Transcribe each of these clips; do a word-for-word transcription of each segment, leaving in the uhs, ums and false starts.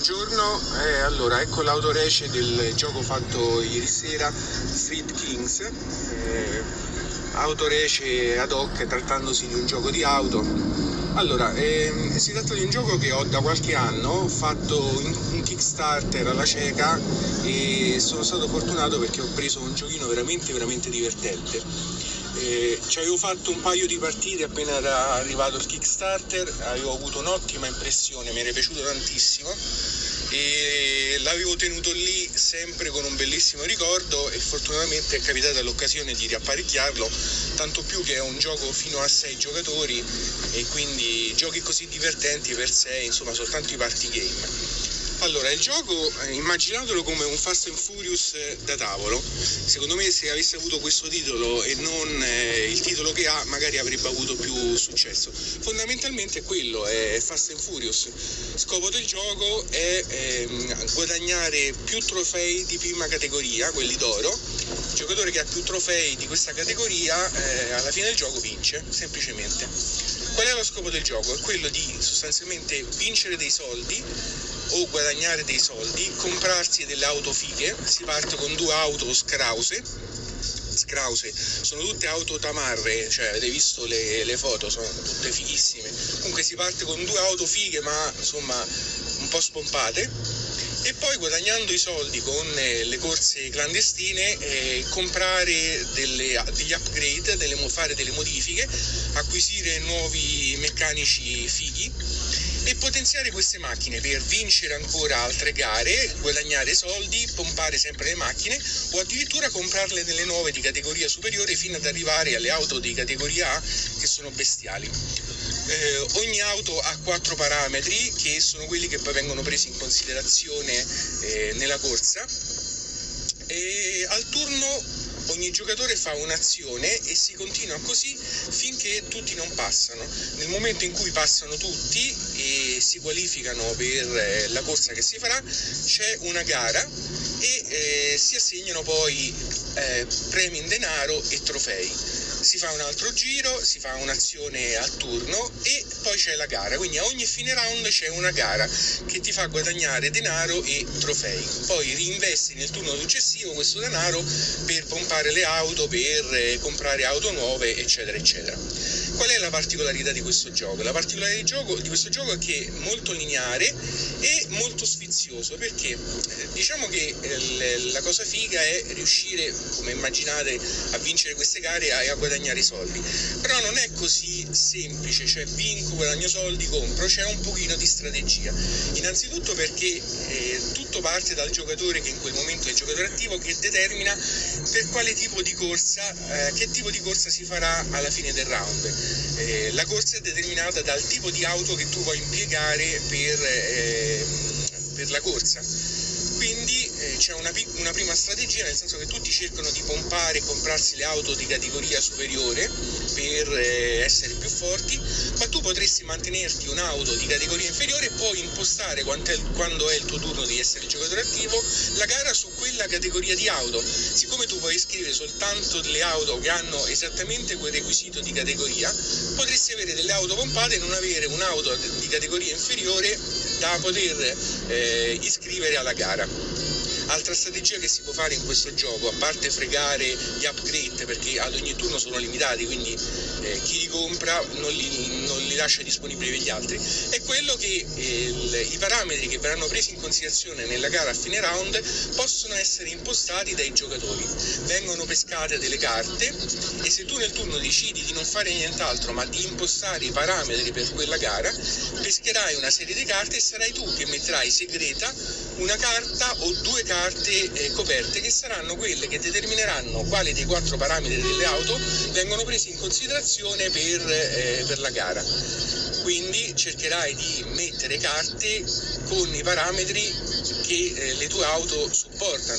buongiorno. Eh, allora, ecco l'autorece del gioco fatto ieri sera, Street Kings, eh, autorece ad hoc trattandosi di un gioco di auto. Allora, ehm, si tratta di un gioco che ho da qualche anno, fatto in, un Kickstarter alla cieca, e sono stato fortunato perché ho preso un giochino veramente veramente divertente. Eh, ci avevo fatto un paio di partite appena era arrivato il Kickstarter, avevo avuto un'ottima impressione, mi era piaciuto tantissimo e l'avevo tenuto lì sempre con un bellissimo ricordo, e fortunatamente è capitata l'occasione di riapparecchiarlo, tanto più che è un gioco fino a sei giocatori e quindi giochi così divertenti per sé, insomma, soltanto i party game. Allora, il gioco, eh, immaginatelo come un Fast and Furious eh, da tavolo. Secondo me, se avesse avuto questo titolo e non eh, il titolo che ha, magari avrebbe avuto più successo. Fondamentalmente è quello, è Fast and Furious. Scopo del gioco è ehm, guadagnare più trofei di prima categoria, quelli d'oro. Il giocatore che ha più trofei di questa categoria eh, alla fine del gioco vince, semplicemente. Qual è lo scopo del gioco? È quello di sostanzialmente vincere dei soldi o guadagnare dei soldi, comprarsi delle auto fighe. Si parte con due auto scrause, scrause, sono tutte auto tamarre, cioè avete visto le, le foto, sono tutte fighissime. Comunque si parte con due auto fighe ma insomma un po' spompate, e poi guadagnando i soldi con eh, le corse clandestine eh, comprare delle, degli upgrade, delle, fare delle modifiche, acquisire nuovi meccanici fighi e potenziare queste macchine per vincere ancora altre gare, guadagnare soldi, pompare sempre le macchine o addirittura comprarle delle nuove di categoria superiore fino ad arrivare alle auto di categoria A che sono bestiali. Eh, ogni auto ha quattro parametri che sono quelli che poi vengono presi in considerazione eh, nella corsa, e al turno ogni giocatore fa un'azione e si continua così finché tutti non passano. Nel momento in cui passano tutti e si qualificano per eh, la corsa che si farà, c'è una gara e eh, si assegnano poi eh, premi in denaro e trofei. Si fa un altro giro, si fa un'azione a turno e poi c'è la gara, quindi a ogni fine round c'è una gara che ti fa guadagnare denaro e trofei. Poi reinvesti nel turno successivo questo denaro per pompare le auto, per eh, comprare auto nuove, eccetera eccetera. Qual è la particolarità di questo gioco? La particolarità di, gioco, di questo gioco è che è molto lineare e molto sfizioso, perché eh, diciamo che eh, la cosa figa è riuscire, come immaginate, a vincere queste gare e a guadagnare i soldi, però non è così semplice, cioè vinco, guadagno soldi, compro, c'è un pochino di strategia. Innanzitutto perché eh, tutto parte dal giocatore, che in quel momento è il giocatore attivo, che determina per quale tipo di corsa, eh, che tipo di corsa si farà alla fine del round. Eh, la corsa è determinata dal tipo di auto che tu vuoi impiegare per, eh, per la corsa. Quindi eh, c'è una, una prima strategia, nel senso che tutti cercano di pompare e comprarsi le auto di categoria superiore per eh, essere più forti, ma tu potresti mantenerti un'auto di categoria inferiore e poi impostare quando è, quando è il tuo turno di essere il giocatore attivo la gara su quella categoria di auto. Siccome tu puoi iscrivere soltanto delle auto che hanno esattamente quel requisito di categoria, potresti avere delle auto pompate e non avere un'auto di categoria inferiore da poter eh, iscrivere alla gara. Altra strategia che si può fare in questo gioco, a parte fregare gli upgrade, perché ad ogni turno sono limitati, quindi eh, chi li compra non li, non li lascia disponibili per gli altri, è quello che eh, il, i parametri che verranno presi in considerazione nella gara a fine round possono essere impostati dai giocatori. Vengono pescate delle carte e se tu nel turno decidi di non fare nient'altro ma di impostare i parametri per quella gara, pescherai una serie di carte e sarai tu che metterai segreta una carta o due carte eh, coperte, che saranno quelle che determineranno quali dei quattro parametri delle auto vengono presi in considerazione per, eh, per la gara. Quindi cercherai di mettere carte con i parametri che eh, le tue auto supportano.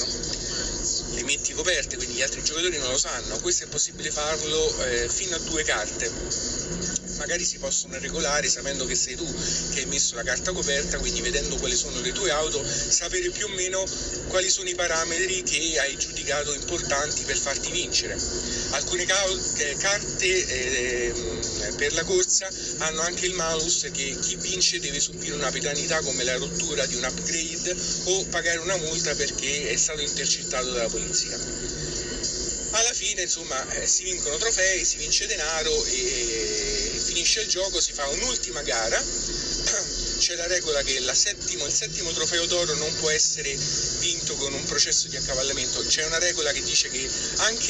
Le metti coperte, quindi gli altri giocatori non lo sanno. Questo è possibile farlo eh, fino a due carte. magari si possono regolare sapendo che sei tu che hai messo la carta coperta, quindi vedendo quali sono le tue auto, sapere più o meno quali sono i parametri che hai giudicato importanti per farti vincere. Alcune carte eh, per la corsa hanno anche il malus che chi vince deve subire una penalità come la rottura di un upgrade o pagare una multa perché è stato intercettato dalla polizia. Alla fine, insomma, eh, si vincono trofei, si vince denaro e finisce il gioco, si fa un'ultima gara. C'è la regola che la settimo, il settimo trofeo d'oro non può essere vinto con un processo di accavallamento. C'è una regola che dice che anche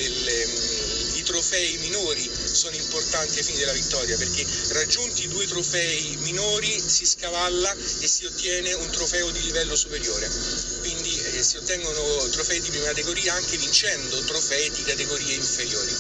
il, i trofei minori sono importanti ai fini della vittoria, perché raggiunti due trofei minori si scavalla e si ottiene un trofeo di livello superiore. Quindi eh, si ottengono trofei di prima categoria anche vincendo trofei di categorie inferiori.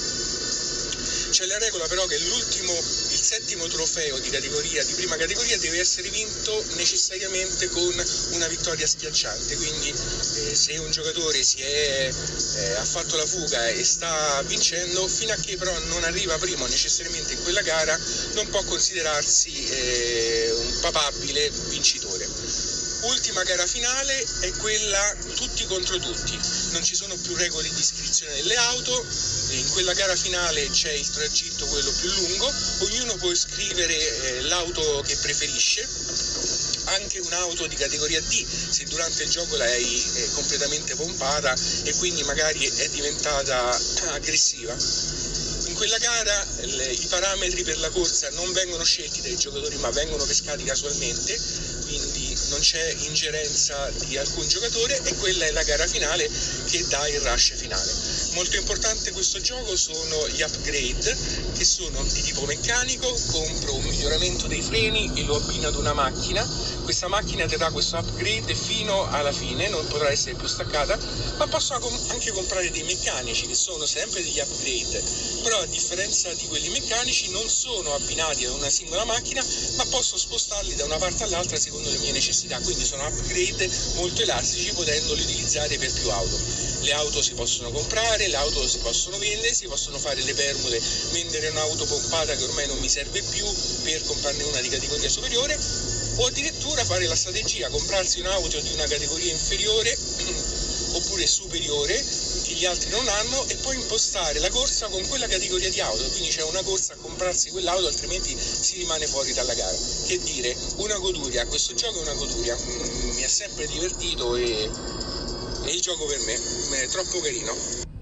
C'è la regola però che l'ultimo, il settimo trofeo di categoria, di prima categoria, deve essere vinto necessariamente con una vittoria schiacciante, quindi eh, se un giocatore si è, eh, ha fatto la fuga e sta vincendo, fino a che però non arriva primo necessariamente in quella gara, non può considerarsi eh, un papabile vincitore. Ultima gara finale è quella tutti contro tutti, non ci sono più regole di iscrizione delle auto, in quella gara finale c'è il tragitto quello più lungo, ognuno può iscrivere eh, l'auto che preferisce, anche un'auto di categoria D se durante il gioco l'hai eh, completamente pompata e quindi magari è diventata aggressiva. In quella gara le, i parametri per la corsa non vengono scelti dai giocatori ma vengono pescati casualmente, quindi non c'è ingerenza di alcun giocatore e quella è la gara finale che dà il rush finale. Molto importante questo gioco sono gli upgrade, che sono di tipo meccanico. Compro un miglioramento dei freni e lo abbino ad una macchina. Questa macchina ti dà questo upgrade fino alla fine, non potrà essere più staccata, ma posso anche comprare dei meccanici che sono sempre degli upgrade, però a differenza di quelli meccanici non sono abbinati ad una singola macchina, ma posso spostarli da una parte all'altra secondo le mie necessità, quindi sono upgrade molto elastici, potendoli utilizzare per più auto. Le auto si possono comprare, le auto si possono vendere, si possono fare le permute, vendere un'auto pompata che ormai non mi serve più per comprarne una di categoria superiore, o addirittura fare la strategia, comprarsi un'auto di una categoria inferiore oppure superiore che gli altri non hanno e poi impostare la corsa con quella categoria di auto, quindi c'è una corsa a comprarsi quell'auto, altrimenti si rimane fuori dalla gara. Che dire, una goduria, questo gioco è una goduria, mi ha sempre divertito e, e il gioco per me è troppo carino.